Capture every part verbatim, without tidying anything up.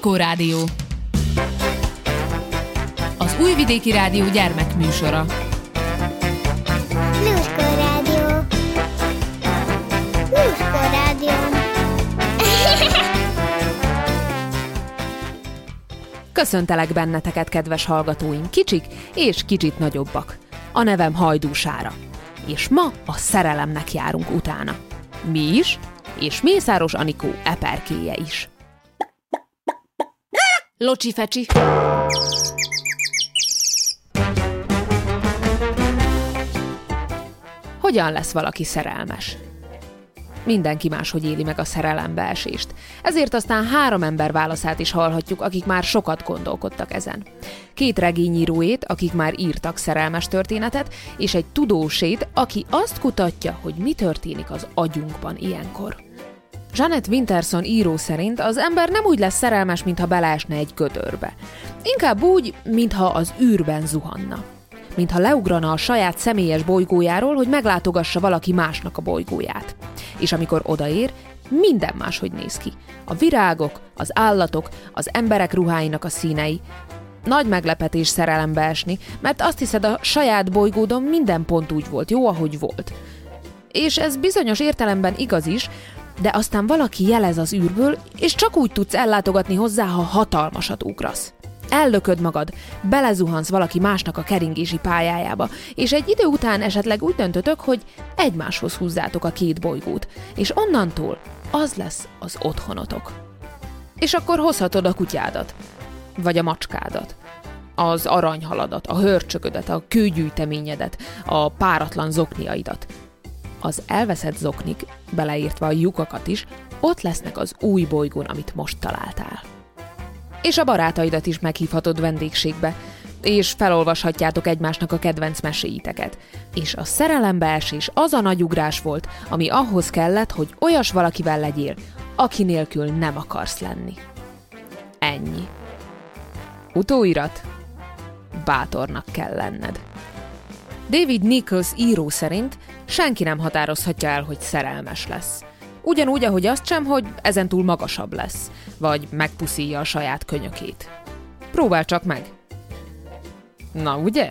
Lluskó Rádió. Az Újvidéki Rádió gyermekműsora. Lluskó Rádió. Lluskó Rádió. Köszöntelek benneteket, kedves hallgatóim, kicsik és kicsit nagyobbak. A nevem Hajdú Sára, és ma a szerelemnek járunk utána. Mi is, és Mészáros Anikó eperkéje is. Locsi fecsi! Hogyan lesz valaki szerelmes? Mindenki máshogy éli meg a szerelembeesést. Ezért aztán három ember válaszát is hallhatjuk, akik már sokat gondolkodtak ezen. Két regényíróét, akik már írtak szerelmes történetet, és egy tudósét, aki azt kutatja, hogy mi történik az agyunkban ilyenkor. Jeanette Winterson író szerint az ember nem úgy lesz szerelmes, mintha beleesne egy gödörbe. Inkább úgy, mintha az űrben zuhanna. Mintha leugrana a saját személyes bolygójáról, hogy meglátogassa valaki másnak a bolygóját. És amikor odaér, minden máshogy néz ki. A virágok, az állatok, az emberek ruháinak a színei. Nagy meglepetés szerelembe esni, mert azt hiszed, a saját bolygódon minden pont úgy volt, jó, ahogy volt. És ez bizonyos értelemben igaz is, de aztán valaki jelez az űrből, és csak úgy tudsz ellátogatni hozzá, ha hatalmasat ugrasz. Ellököd magad, belezuhansz valaki másnak a keringési pályájába, és egy idő után esetleg úgy döntötök, hogy egymáshoz húzzátok a két bolygót, és onnantól az lesz az otthonotok. És akkor hozhatod a kutyádat, vagy a macskádat, az aranyhaladat, a hörcsöködet, a kőgyűjteményedet, a páratlan zokniaidat. Az elveszett zoknik, beleértve a lyukakat is, ott lesznek az új bolygón, amit most találtál. És a barátaidat is meghívhatod vendégségbe, és felolvashatjátok egymásnak a kedvenc meséiteket. És a szerelembeesés az a nagy ugrás volt, ami ahhoz kellett, hogy olyas valakivel legyél, aki nélkül nem akarsz lenni. Ennyi. Utóirat? Bátornak kell lenned. David Nichols író szerint senki nem határozhatja el, hogy szerelmes lesz. Ugyanúgy, ahogy azt sem, hogy ezentúl magasabb lesz, vagy megpuszíja a saját könyökét. Próbál csak meg. Na, ugye?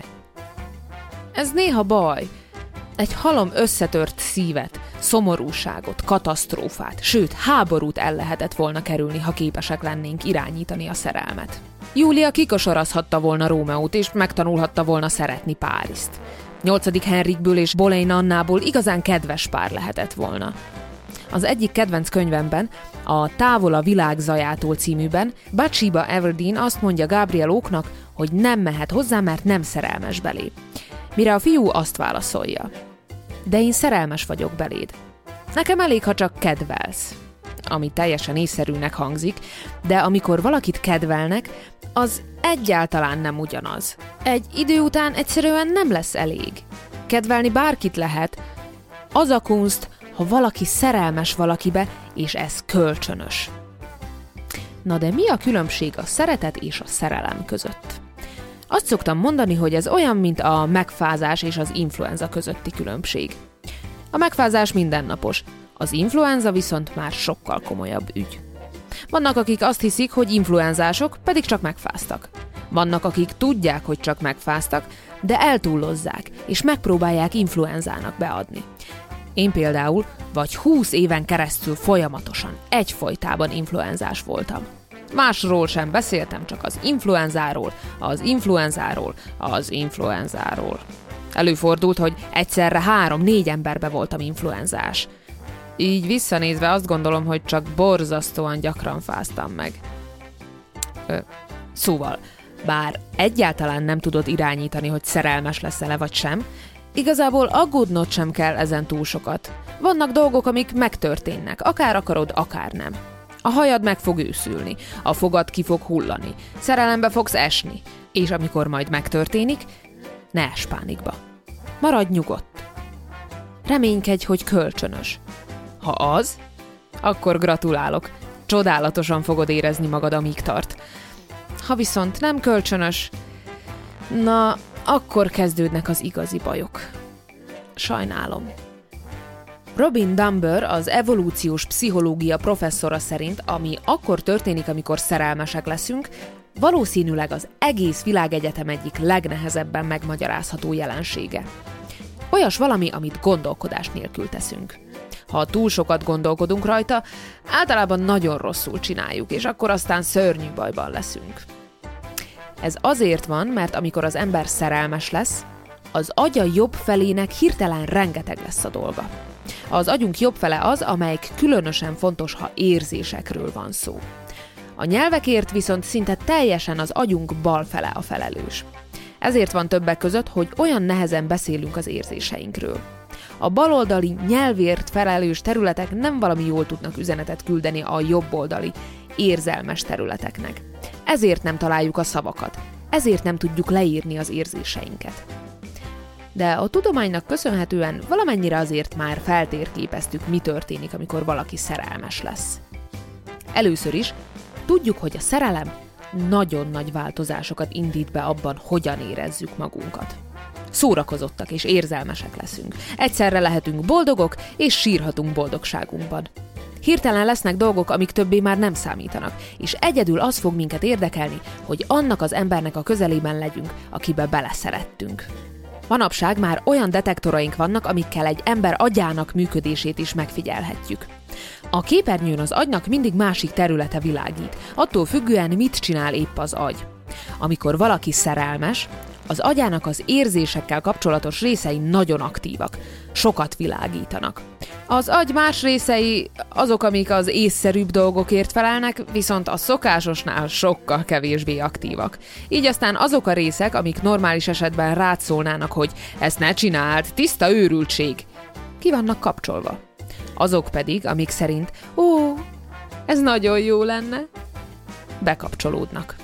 Ez néha baj. Egy halom összetört szívet, szomorúságot, katasztrófát, sőt, háborút el lehetett volna kerülni, ha képesek lennénk irányítani a szerelmet. Júlia kikosarazhatta volna Rómeót, és megtanulhatta volna szeretni Páriszt. Nyolcadik Henrikből és Boleyn Annából igazán kedves pár lehetett volna. Az egyik kedvenc könyvemben, a Távol a világ zajától címűben Bathsheba Everdeen azt mondja Gabriel Oaknak, hogy nem mehet hozzá, mert nem szerelmes belé. Mire a fiú azt válaszolja: de én szerelmes vagyok beléd. Nekem elég, ha csak kedvelsz. Ami teljesen észszerűnek hangzik, de amikor valakit kedvelnek, az egyáltalán nem ugyanaz. Egy idő után egyszerűen nem lesz elég. Kedvelni bárkit lehet, az a kunst, ha valaki szerelmes valakibe, és ez kölcsönös. Na de mi a különbség a szeretet és a szerelem között? Azt szoktam mondani, hogy ez olyan, mint a megfázás és az influenza közötti különbség. A megfázás mindennapos, az influenza viszont már sokkal komolyabb ügy. Vannak, akik azt hiszik, hogy influenzások, pedig csak megfáztak. Vannak, akik tudják, hogy csak megfáztak, de eltúlozzák, és megpróbálják influenzának beadni. Én például vagy húsz éven keresztül folyamatosan, egyfolytában influenzás voltam. Másról sem beszéltem, csak az influenzáról, az influenzáról, az influenzáról. Előfordult, hogy egyszerre három-négy emberbe voltam influenzás. Így visszanézve azt gondolom, hogy csak borzasztóan gyakran fáztam meg. Ö, szóval, bár egyáltalán nem tudod irányítani, hogy szerelmes leszel-e vagy sem, igazából aggódnod sem kell ezen túl sokat. Vannak dolgok, amik megtörténnek, akár akarod, akár nem. A hajad meg fog őszülni, a fogad ki fog hullani, szerelembe fogsz esni, és amikor majd megtörténik, ne ess pánikba. Maradj nyugodt. Reménykedj, hogy kölcsönös. Ha az, akkor gratulálok. Csodálatosan fogod érezni magad, amíg tart. Ha viszont nem kölcsönös, na, akkor kezdődnek az igazi bajok. Sajnálom. Robin Dunbar, az evolúciós pszichológia professzora szerint, ami akkor történik, amikor szerelmesek leszünk, valószínűleg az egész világegyetem egyik legnehezebben megmagyarázható jelensége. Olyas valami, amit gondolkodás nélkül teszünk. Ha túl sokat gondolkodunk rajta, általában nagyon rosszul csináljuk, és akkor aztán szörnyű bajban leszünk. Ez azért van, mert amikor az ember szerelmes lesz, az agya jobb felének hirtelen rengeteg lesz a dolga. Az agyunk jobb fele az, amelyik különösen fontos, ha érzésekről van szó. A nyelvekért viszont szinte teljesen az agyunk bal fele a felelős. Ezért van többek között, hogy olyan nehezen beszélünk az érzéseinkről. A baloldali nyelvért felelős területek nem valami jól tudnak üzenetet küldeni a jobboldali, érzelmes területeknek. Ezért nem találjuk a szavakat, ezért nem tudjuk leírni az érzéseinket. De a tudománynak köszönhetően valamennyire azért már feltérképeztük, mi történik, amikor valaki szerelmes lesz. Először is tudjuk, hogy a szerelem nagyon nagy változásokat indít be abban, hogyan érezzük magunkat. Szórakozottak és érzelmesek leszünk. Egyszerre lehetünk boldogok, és sírhatunk boldogságunkban. Hirtelen lesznek dolgok, amik többé már nem számítanak, és egyedül az fog minket érdekelni, hogy annak az embernek a közelében legyünk, akibe beleszerettünk. Manapság már olyan detektoraink vannak, amikkel egy ember agyának működését is megfigyelhetjük. A képernyőn az agynak mindig másik területe világít, attól függően mit csinál épp az agy. Amikor valaki szerelmes, az agyának az érzésekkel kapcsolatos részei nagyon aktívak, sokat világítanak. Az agy más részei azok, amik az észszerűbb dolgokért felelnek, viszont a szokásosnál sokkal kevésbé aktívak. Így aztán azok a részek, amik normális esetben rád szólnának, hogy ezt ne csináld, tiszta őrültség, ki vannak kapcsolva. Azok pedig, amik szerint, ó, ez nagyon jó lenne, bekapcsolódnak.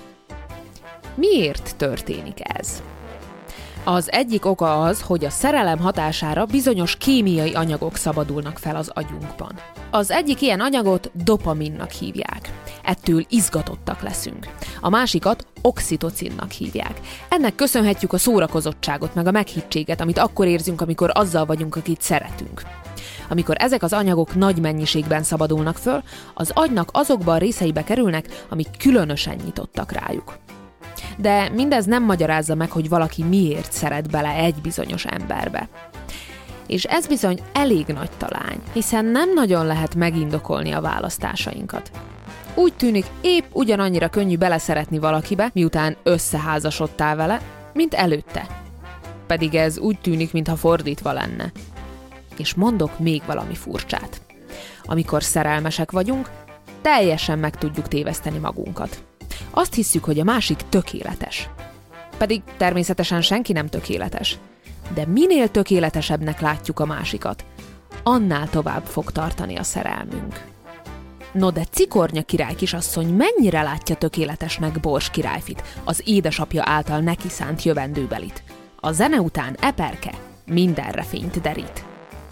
Miért történik ez? Az egyik oka az, hogy a szerelem hatására bizonyos kémiai anyagok szabadulnak fel az agyunkban. Az egyik ilyen anyagot dopaminnak hívják. Ettől izgatottak leszünk. A másikat oxitocinnak hívják. Ennek köszönhetjük a szórakozottságot meg a meghittséget, amit akkor érzünk, amikor azzal vagyunk, akit szeretünk. Amikor ezek az anyagok nagy mennyiségben szabadulnak föl, az agynak azokba a részeibe kerülnek, amik különösen nyitottak rájuk. De mindez nem magyarázza meg, hogy valaki miért szeret bele egy bizonyos emberbe. És ez bizony elég nagy talány, hiszen nem nagyon lehet megindokolni a választásainkat. Úgy tűnik, épp ugyanannyira könnyű beleszeretni valakibe, miután összeházasodtál vele, mint előtte. Pedig ez úgy tűnik, mintha fordítva lenne. És mondok még valami furcsát. Amikor szerelmesek vagyunk, teljesen meg tudjuk téveszteni magunkat. Azt hisszük, hogy a másik tökéletes. Pedig természetesen senki nem tökéletes. De minél tökéletesebbnek látjuk a másikat, annál tovább fog tartani a szerelmünk. No de Cikornya király kisasszony mennyire látja tökéletesnek Bors királyfit, az édesapja által neki szánt jövendőbelit. A zene után Eperke mindenre fényt derít.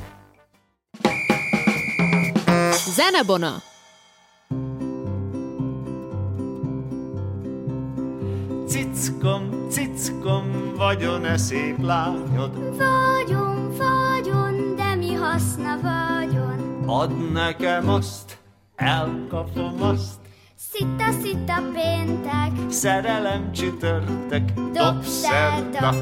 Zenebona! Cickom, cickom, vagyon-e szép lányod? Vagyon, vagyon, de mi haszna vagyon? Add nekem azt, elkapom azt. Szita, szita péntek, Szerelem csütörtök, dobszerda.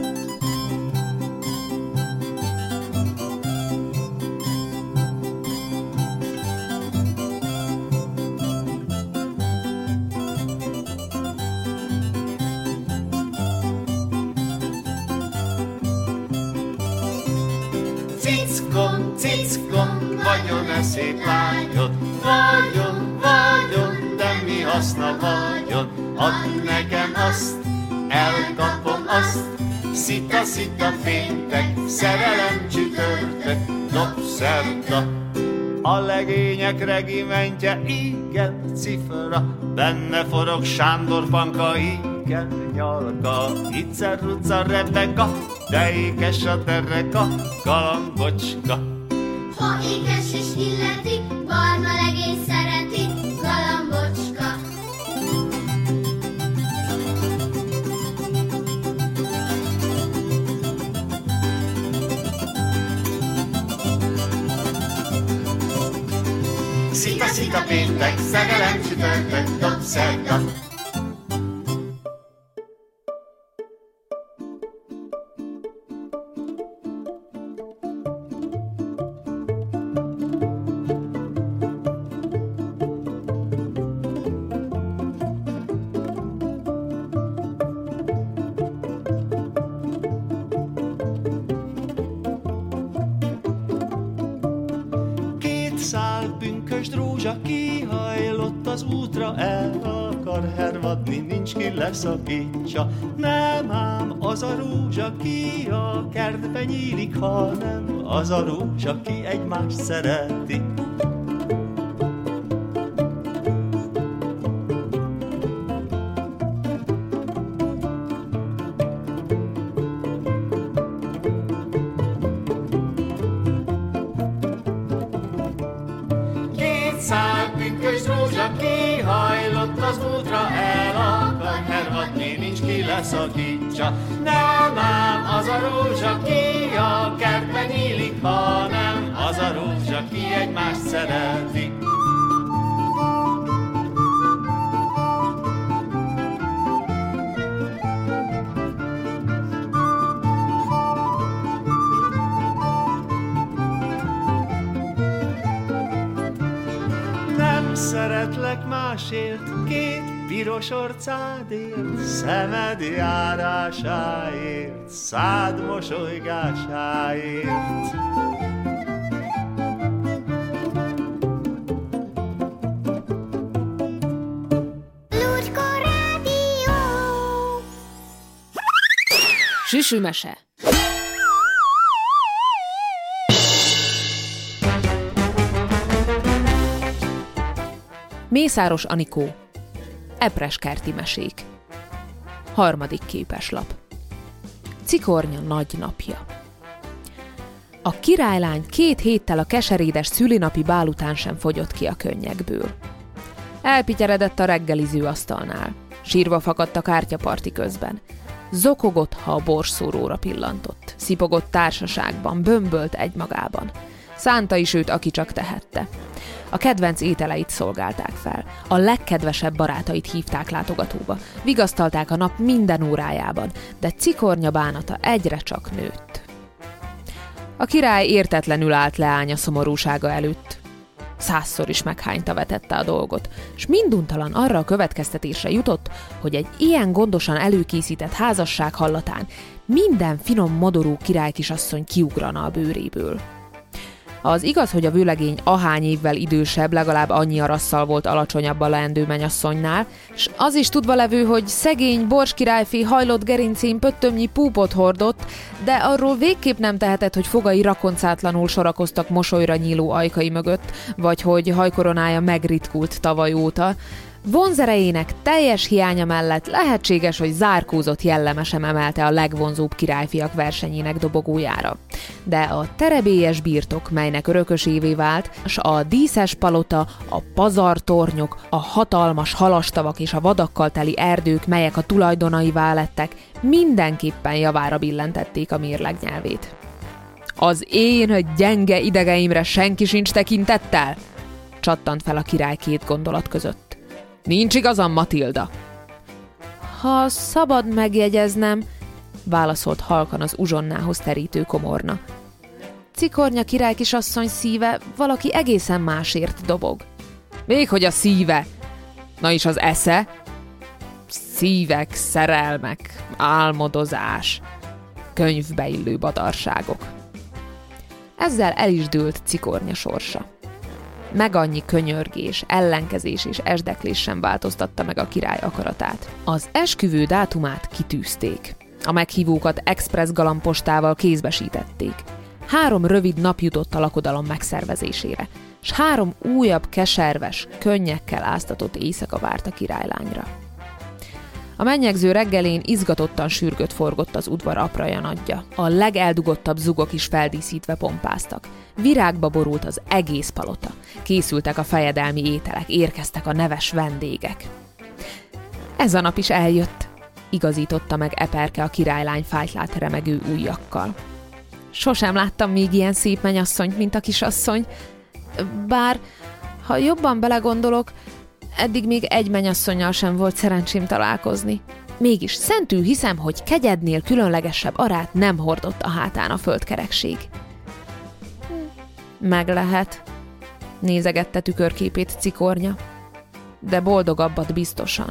Cickom, cickom, vagyon-e szép lányod? Vagyon, vagyon, de mi haszna vagyon? Add nekem azt, elkapom azt. Szita, szita péntek, szerelem csütörtök, dobszerda. A legények regimentje, igen, cifra, benne forog Sándor Panka, igen, nyalka. Iccer-rucca Rebeka, de ékes a tereka, galambocska. ha ékes és illeti, barna legény szereti, galambocska. Szita-szita péntek, szerelem csütörtök, dob szerda. Szál pünkösd rózsa kihajlott az útra, el akar hervadni, nincs ki leszakítsa. Nem ám az a rózsa, ki a kertbe nyílik, hanem az a rózsa, ki egymást szereti. Pünkösd rózsa kihajlott az útra, el akar hervadni, nincs ki leszakítsa. Nem ám az a rózsa, ki a kertbe nyílik, hanem az a rózsa, ki egymást szereti. Szeretlek másért, két piros orcádért, szemed járásáért, szád mosolygásáért. Lucska Rádió! Süsümese. Mészáros Anikó. Epreskerti mesék. Harmadik képeslap. Cikornya nagy napja. A királylány két héttel a keserédes szülinapi bál után sem fogyott ki a könnyekből. Elpityeredett a reggeliző asztalnál. Sírva fakadt a kártyaparti közben. Zokogott, ha a borszóróra pillantott. Szipogott társaságban, bömbölt egymagában. Szánta is őt, aki csak tehette. A kedvenc ételeit szolgálták fel. A legkedvesebb barátait hívták látogatóba. Vigasztalták a nap minden órájában, de Cikornya bánata egyre csak nőtt. A király értetlenül állt le ánya szomorúsága előtt. Százszor is meghányta vetette a dolgot, s minduntalan arra a következtetésre jutott, hogy egy ilyen gondosan előkészített házasság hallatán minden finom modorú királykisasszony kiugrana a bőréből. Az igaz, hogy a vőlegény ahány évvel idősebb, legalább annyi arasszal volt alacsonyabb a leendő mennyasszonynál, s az is tudva levő, hogy szegény Bors királyfi hajlott gerincén pöttömnyi púpot hordott, de arról végképp nem tehetett, hogy fogai rakoncátlanul sorakoztak mosolyra nyíló ajkai mögött, vagy hogy hajkoronája megritkult tavaly óta. Vonzerejének teljes hiánya mellett lehetséges, hogy zárkózott jelleme sem emelte a legvonzóbb királyfiak versenyének dobogójára. De a terebélyes birtok, melynek örökösévé vált, s a díszes palota, a pazartornyok, a hatalmas halastavak és a vadakkal teli erdők, melyek a tulajdonaivá lettek, mindenképpen javára billentették a mérleg nyelvét. Az én gyenge idegeimre senki sincs tekintettel? Csattant fel a király két gondolat között. Nincs igazam, Matilda? Ha szabad megjegyeznem, válaszolt halkan az uzsonnához terítő komorna. Cikornya királykisasszony szíve valaki egészen másért dobog. Méghogy a szíve? Na és az esze? Szívek, szerelmek, álmodozás, könyvbe illő badarságok. Ezzel el is dőlt Cikornya sorsa. Meg annyi könyörgés, ellenkezés és esdeklés sem változtatta meg a király akaratát. Az esküvő dátumát kitűzték. A meghívókat express galambpostával kézbesítették. Három rövid nap jutott a lakodalom megszervezésére, s három újabb keserves, könnyekkel áztatott éjszaka várt a királylányra. A mennyegző reggelén izgatottan sürgött forgott az udvar apraja nagyja. A legeldugottabb zugok is feldíszítve pompáztak. Virágba borult az egész palota. Készültek a fejedelmi ételek, érkeztek a neves vendégek. Ez a nap is eljött, igazította meg Eperke a királylány fájtlát remegő ujjakkal. Sosem láttam még ilyen szép mennyasszonyt, mint a kisasszony. Bár Ha jobban belegondolok, eddig még egy mennyasszonnyal sem volt szerencsém találkozni. Mégis szentül hiszem, hogy kegyednél különlegesebb arát nem hordott a hátán a földkerekség. Meg lehet, nézegette tükörképét Cikornya, de boldogabbat biztosan.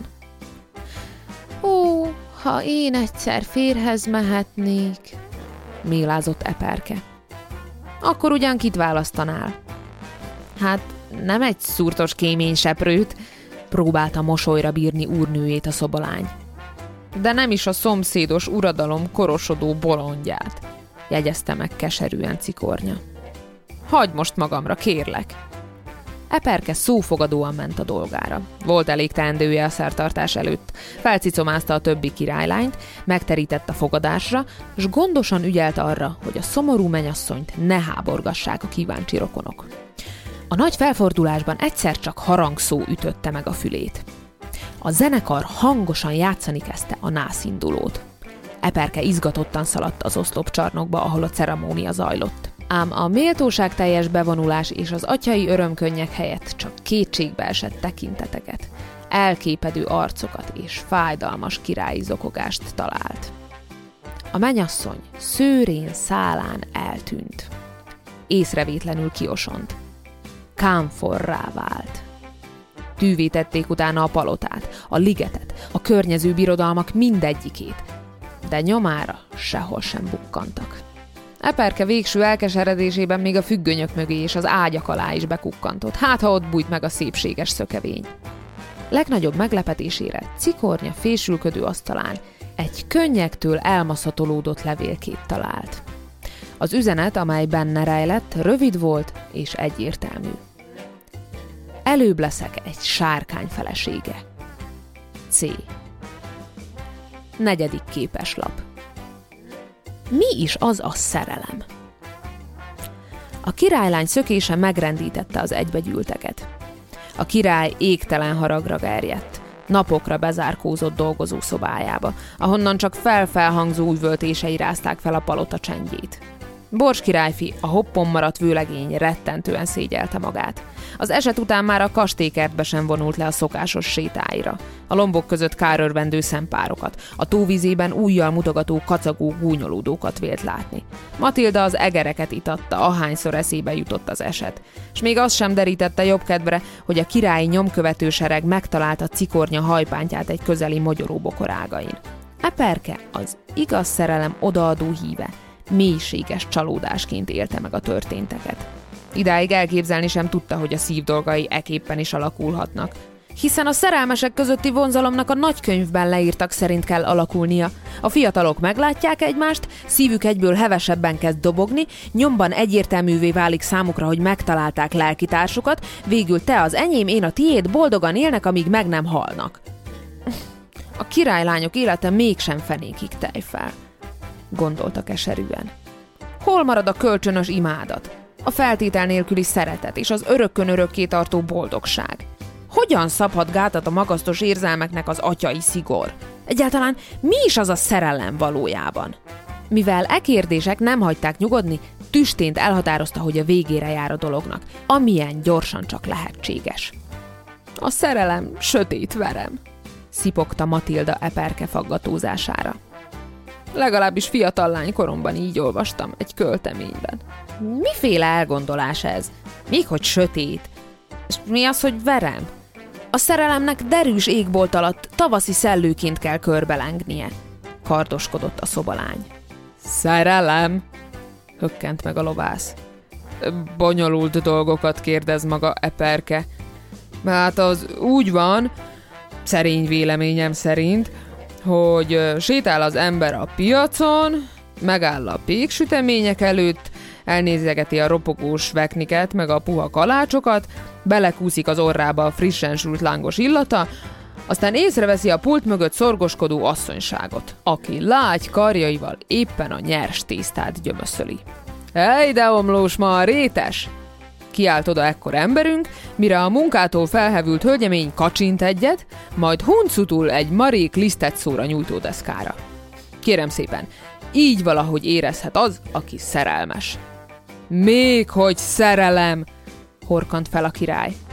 Ó, ha én egyszer férhez mehetnék, mélázott Eperke. Akkor ugyan kit választanál? Hát nem egy szúrtos kéményseprőt, próbálta mosolyra bírni úrnőjét a szobalány. De nem is a szomszédos uradalom korosodó bolondját, jegyezte meg keserűen Cikornya. Hagyd most magamra, kérlek. Eperke szófogadóan ment a dolgára. Volt elég teendője a szertartás előtt. Felcicomázta a többi királylányt, megterített a fogadásra, s gondosan ügyelt arra, hogy a szomorú mennyasszonyt ne háborgassák a kíváncsi rokonok. A nagy felfordulásban egyszer csak harangszó ütötte meg a fülét. A zenekar hangosan játszani kezdte a nászindulót. Eperke izgatottan szaladt az oszlopcsarnokba, ahol a ceremónia zajlott. Ám a méltóságteljes bevonulás és az atyai örömkönnyek helyett csak kétségbe esett tekinteteket, elképedő arcokat és fájdalmas királyi zokogást talált. A mennyasszony szőrén szálán eltűnt. Észrevétlenül kiosont. Kámforrá vált. Tűvé tették utána a palotát, a ligetet, a környező birodalmak mindegyikét, de nyomára sehol sem bukkantak. Eperke végső elkeseredésében még a függönyök mögé és az ágyak alá is bekukkantott, hát ha ott bújt meg a szépséges szökevény. Legnagyobb meglepetésére Cikornya fésülködő asztalán egy könnyektől elmaszatolódott levélkét talált. Az üzenet, amely benne rejlett, rövid volt és egyértelmű. Előbb leszek egy sárkány felesége. C. Negyedik képeslap. Mi is az a szerelem? A királylány szökése megrendítette az egybegyűlteket. A király égtelen haragra gerjedt. Napokra bezárkózott dolgozószobájába, ahonnan csak fel-felhangzó üvöltései rázták fel a palota csendjét. Bors királyfi, a hoppon maradt vőlegény rettentően szégyelte magát. Az eset után már a kastélykertbe sem vonult le a szokásos sétáira. A lombok között kárörvendő szempárokat, a tóvizében ujjal mutogató kacagó gúnyolódókat vélt látni. Matilda az egereket itatta, ahányszor eszébe jutott az eset. És még az sem derítette jobb kedvre, hogy a királyi nyomkövető sereg megtalálta Cikornya hajpántját egy közeli mogyoróbokor ágain. Eperke, az igaz szerelem odaadó híve, mélységes csalódásként élte meg a történteket. Idáig elképzelni sem tudta, hogy a szív dolgai eképpen is alakulhatnak. Hiszen a szerelmesek közötti vonzalomnak a nagykönyvben leírtak szerint kell alakulnia. A fiatalok meglátják egymást, szívük egyből hevesebben kezd dobogni, nyomban egyértelművé válik számukra, hogy megtalálták lelkitársukat, végül te az enyém, én a tiéd, boldogan élnek, amíg meg nem halnak. A királylányok élete mégsem fenékig tejfel, gondolta keserűen. Hol marad a kölcsönös imádat, a feltétel nélküli szeretet és az örökkön örökké tartó boldogság? Hogyan szabhat gátat a magasztos érzelmeknek az atyai szigor? Egyáltalán mi is az a szerelem valójában? Mivel e kérdések nem hagyták nyugodni, tüstént elhatározta, hogy a végére jár a dolognak, amilyen gyorsan csak lehetséges. A szerelem sötét verem, szipogta Matilda Eperke faggatózására. Legalábbis fiatal lány koromban így olvastam egy költeményben. Miféle elgondolás ez? Még hogy sötét? És mi az, hogy verem? A szerelemnek derűs égbolt alatt tavaszi szellőként kell körbelengnie, kardoskodott a szobalány. Szerelem? Hökkent meg a lovász. Bonyolult dolgokat kérdez maga Eperke. Hát az úgy van, szerény véleményem szerint, hogy sétál az ember a piacon, megáll a péksütemények előtt, elnézegeti a ropogós vekniket, meg a puha kalácsokat, belekúszik az orrába a frissen sült lángos illata, aztán észreveszi a pult mögött szorgoskodó asszonyságot, aki lágy karjaival éppen a nyers tésztát gyömöszöli. Ej, de omlós ma a rétes! Kiált oda ekkor emberünk, mire a munkától felhevült hölgyemény kacsint egyet, majd huncutul egy marék lisztet szóra nyújtó deszkára. Kérem szépen, így valahogy érezhet az, aki szerelmes. Még hogy szerelem! Horkant fel a király.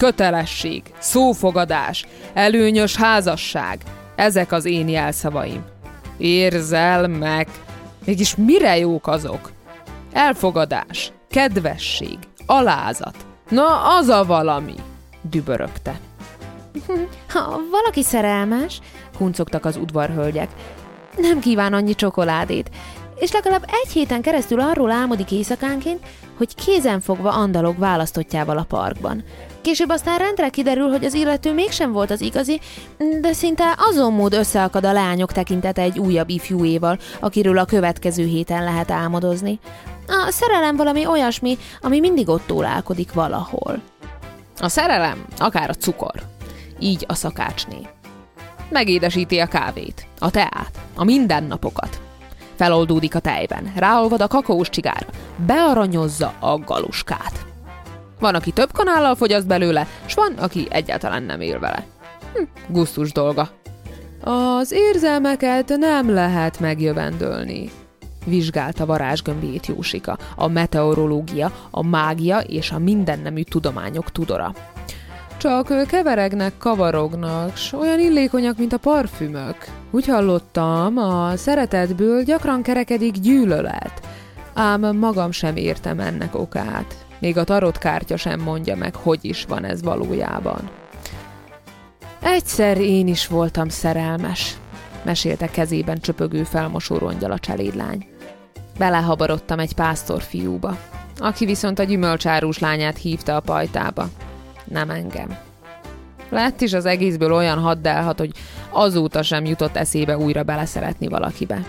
kötelesség, szófogadás, előnyös házasság. Ezek az én jelszavaim. Érzelmek. Mégis mire jók azok? Elfogadás, kedvesség, alázat. Na, az a valami, dübörögte. Ha valaki szerelmes, huncogtak az udvarhölgyek, nem kíván annyi csokoládét, és legalább egy héten keresztül arról álmodik éjszakánként, hogy kézenfogva andalog választottjával a parkban. Később aztán rendre kiderül, hogy az illető mégsem volt az igazi, de szinte azon mód összeakad a lányok tekintete egy újabb ifjúéval, akiről a következő héten lehet álmodozni. A szerelem valami olyasmi, ami mindig ott tólálkodik valahol. A szerelem akár a cukor, így a szakácsné. Megédesíti a kávét, a teát, a mindennapokat. Feloldódik a tejben, ráolvad a kakaós csigára, bearanyozza a galuskát. Van, aki több kanállal fogyaszt belőle, s van, aki egyáltalán nem él vele. Hm, gusztus dolga. Az érzelmeket nem lehet megjövendölni, vizsgálta varázsgömbjét Jósika, a meteorológia, a mágia és a mindennemű tudományok tudora. Csak keveregnek, kavarognak, s olyan illékonyak, mint a parfümök. Úgy hallottam, a szeretetből gyakran kerekedik gyűlölet. Ám magam sem értem ennek okát. Még a tarotkártya sem mondja meg, hogy is van ez valójában. Egyszer én is voltam szerelmes, mesélte kezében csöpögő felmosó rongyal a cselédlány. Belehabarodtam egy pásztorfiúba, aki viszont a gyümölcsárus lányát hívta a pajtába. Nem engem. Lett is az egészből olyan haddelhat, hogy azóta sem jutott eszébe újra beleszeretni valakibe.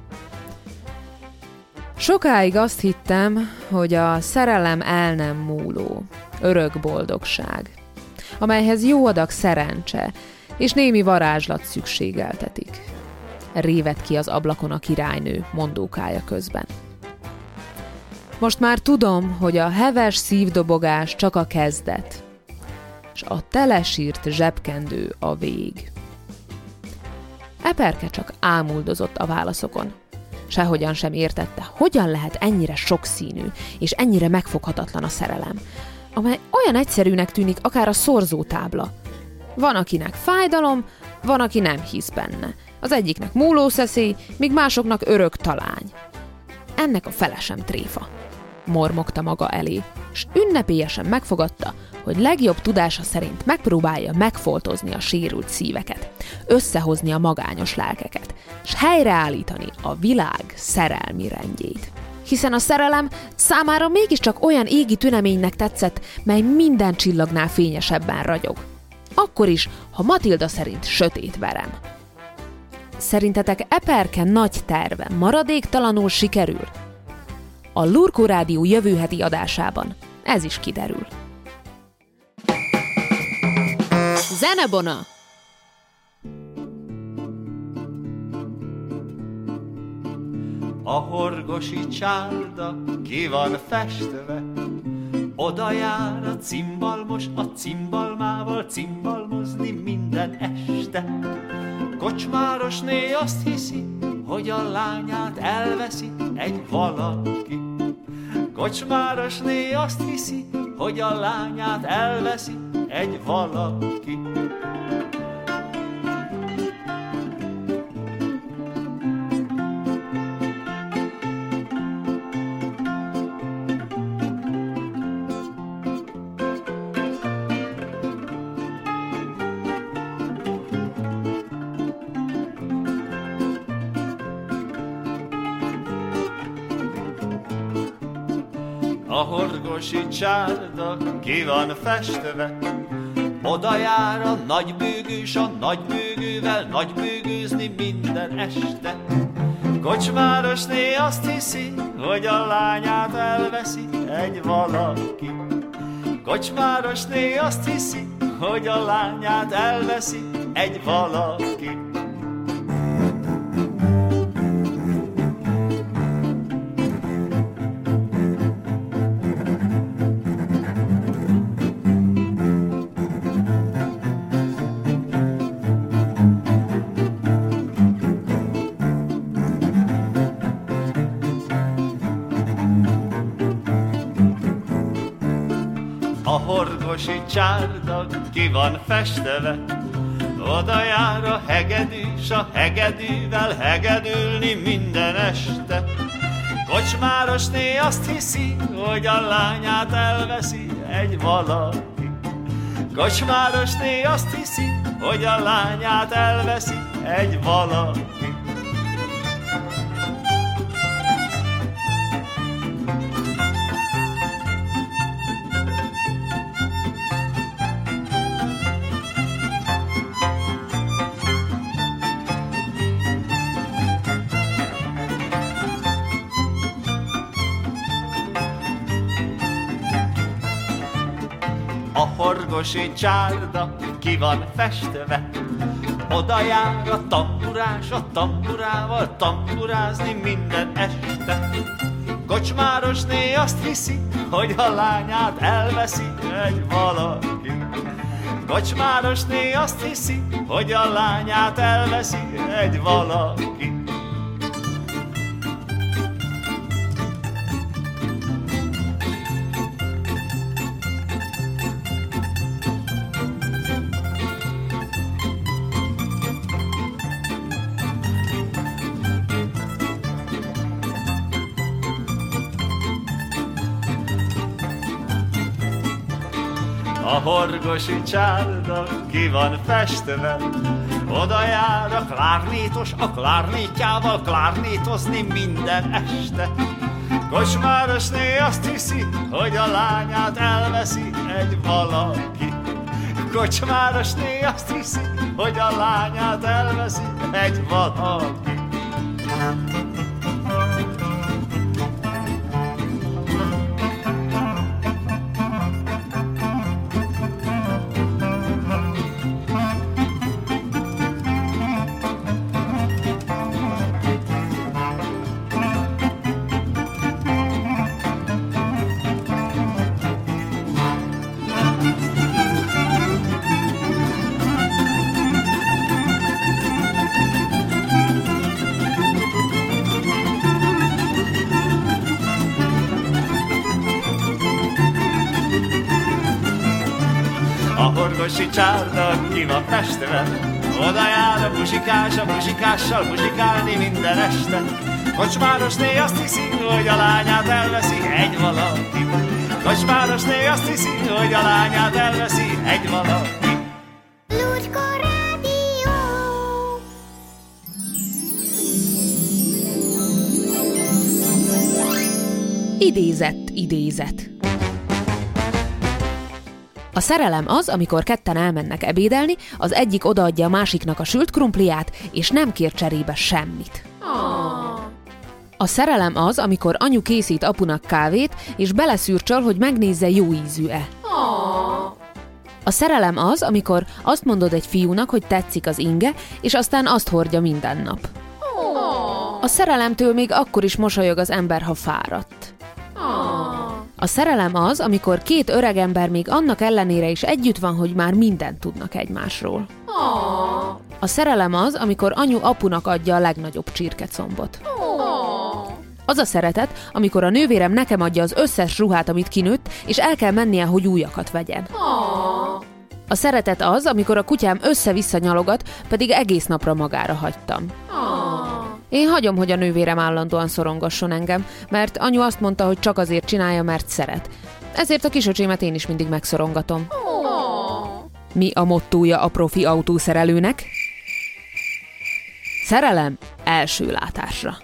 Sokáig azt hittem, hogy a szerelem el nem múló, örök boldogság, amelyhez jó adag szerencse és némi varázslat szükségeltetik. Révett ki az ablakon a királynő mondókája közben. Most már tudom, hogy a heves szívdobogás csak a kezdet, s a telesírt zsebkendő a vég. Eperke csak ámuldozott a válaszokon. Sehogyan sem értette, hogyan lehet ennyire sokszínű és ennyire megfoghatatlan a szerelem, amely olyan egyszerűnek tűnik akár a szorzótábla. Van, akinek fájdalom, van, aki nem hisz benne. Az egyiknek múlószeszély, míg másoknak örök talány. Ennek a fele sem tréfa, mormogta maga elé, s ünnepélyesen megfogadta, hogy legjobb tudása szerint megpróbálja megfoltozni a sérült szíveket, összehozni a magányos lelkeket, s helyreállítani a világ szerelmi rendjét. Hiszen a szerelem számára mégiscsak olyan égi tüneménynek tetszett, mely minden csillagnál fényesebben ragyog. Akkor is, ha Matilda szerint sötét verem. Szerintetek Eperke nagy terve maradéktalanul sikerül? A Lurkó Rádió jövő heti adásában ez is kiderül. Zenebona! A horgosi csárda ki van festve, oda jár a cimbalmos a cimbalmával cimbalmozni minden este. Kocsmárosné azt hiszi, hogy a lányát elveszi egy valaki. Kocsmárosné azt hiszi, hogy a lányát elveszi egy valaki. A horgosi csárda ki van festve, oda jár a nagybőgős a nagybőgővel nagybőgőzni minden este. Kocsmárosné azt hiszi, hogy a lányát elveszi egy valaki. Kocsmárosné azt hiszi, hogy a lányát elveszi egy valaki. horgosi csárda ki van festve, oda jár a hegedű, s a hegedűvel hegedülni minden este. Kocsmárosné azt hiszi, hogy a lányát elveszi egy valaki. Kocsmárosné azt hiszi, hogy a lányát elveszi egy valaki. A horgosi csárda ki van festve, oda jár a tamburás a tamburával tamburázni minden este. Kocsmárosné azt hiszi, hogy a lányát elveszi egy valaki. Kocsmárosné azt hiszi, hogy a lányát elveszi egy valaki. A horgosi csárda ki van festve, oda jár a klárnétos a klárnétjával klárnétozni minden este. Kocsmárosné azt hiszi, hogy a lányát elveszi egy valaki. Kocsmárosné azt hiszi, hogy a lányát elveszi egy valaki. A horgosi csárda ki van festve, oda jár a muzsikás a muzsikással muzsikálni minden este. Kocsmárosné azt hiszi, hogy a lányát elveszi egy valaki. Kocsmárosné azt hiszi, hogy a lányát elveszi egy valaki. Lucska Rádió. Idézett, idézet. A szerelem az, amikor ketten elmennek ebédelni, az egyik odaadja a másiknak a sült krumpliát, és nem kér cserébe semmit. A szerelem az, amikor anyu készít apunak kávét, és beleszürcsöl, hogy megnézze, jó ízű-e. A szerelem az, amikor azt mondod egy fiúnak, hogy tetszik az inge, és aztán azt hordja minden nap. A szerelemtől még akkor is mosolyog az ember, ha fáradt. A szerelem az, amikor két öregember még annak ellenére is együtt van, hogy már mindent tudnak egymásról. A szerelem az, amikor anyu apunak adja a legnagyobb csirkecombot. Az a szeretet, amikor a nővérem nekem adja az összes ruhát, amit kinőtt, és el kell mennie, hogy újakat vegyen. A szeretet az, amikor a kutyám össze-vissza nyalogat, pedig egész napra magára hagytam. Én hagyom, hogy a nővérem állandóan szorongasson engem, mert anyu azt mondta, hogy csak azért csinálja, mert szeret. Ezért a kisöcsémet én is mindig megszorongatom. Mi a mottója a profi autószerelőnek? Szerelem első látásra.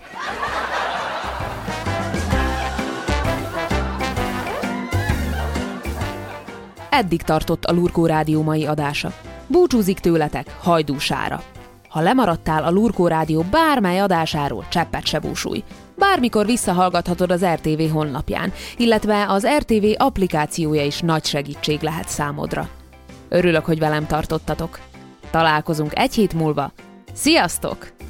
Eddig tartott a Lurkó Rádió mai adása. Búcsúzik tőletek Hajdú Sára. Ha lemaradtál a Lurkó Rádió bármely adásáról, cseppet se búsulj. Bármikor visszahallgathatod az er té vé honlapján, illetve az er té vé applikációja is nagy segítség lehet számodra. Örülök, hogy velem tartottatok. Találkozunk egy hét múlva. Sziasztok!